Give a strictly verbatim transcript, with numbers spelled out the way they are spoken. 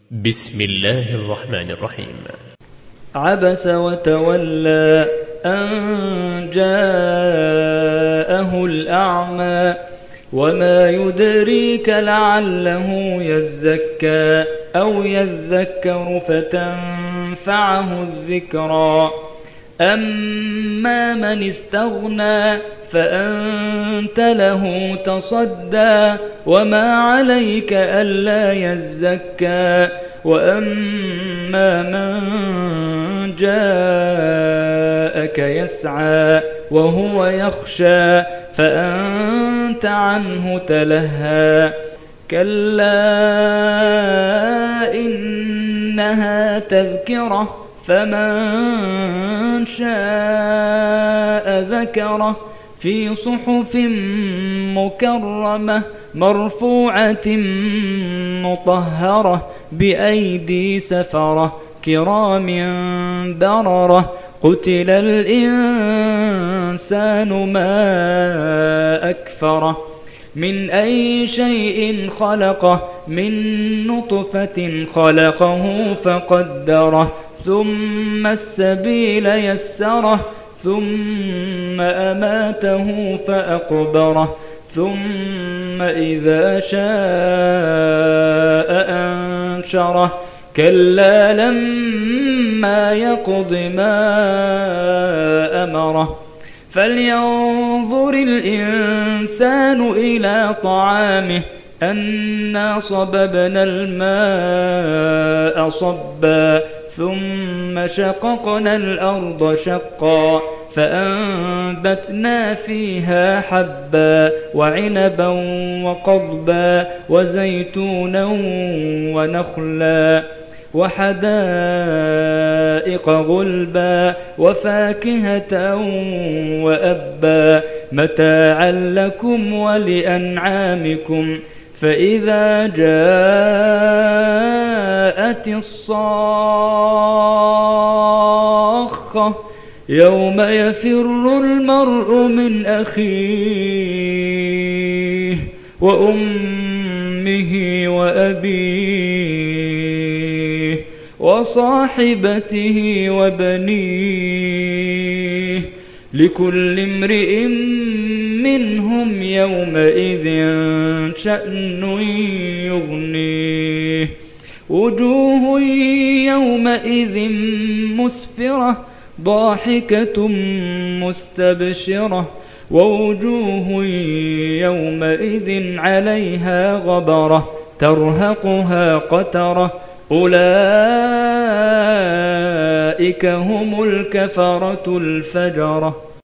بسم الله الرحمن الرحيم. عبس وتولى أن جاءه الأعمى وما يدريك لعله يزكى أو يذكر فتنفعه الذكرى أما من استغنى فأنت له تصدى وما عليك ألا يزكى وأما من جاءك يسعى وهو يخشى فأنت عنه تلهى كلا إنها تذكرة فمن شاء ذكره في صحف مكرمة مرفوعة مطهرة بأيدي سفرة كرام بررة قتل الإنسان ما أكفره من أي شيء خلقه من نطفة خلقه فقدره ثم السبيل يسره ثم أماته فأقبره ثم إذا شاء أنشره كلا لما يقض ما أمره فلينظر الإنسان إلى طعامه أنا صببنا الماء صبا ثم شققنا الأرض شقا فأنبتنا فيها حبا وعنبا وقضبا وزيتونا ونخلا وحدائق غلبا وفاكهة وأبا متاعا لكم ولأنعامكم فإذا جاءت الصاخة يوم يفر المرء من أخيه وأمه وأبيه وصاحبته وبنيه لكل امرئ منهم يومئذ شأن يغنيه وجوه يومئذ مسفرة ضاحكة مستبشرة ووجوه يومئذ عليها غبرة ترهقها قترة أولئك هم الكفرة الفجرة.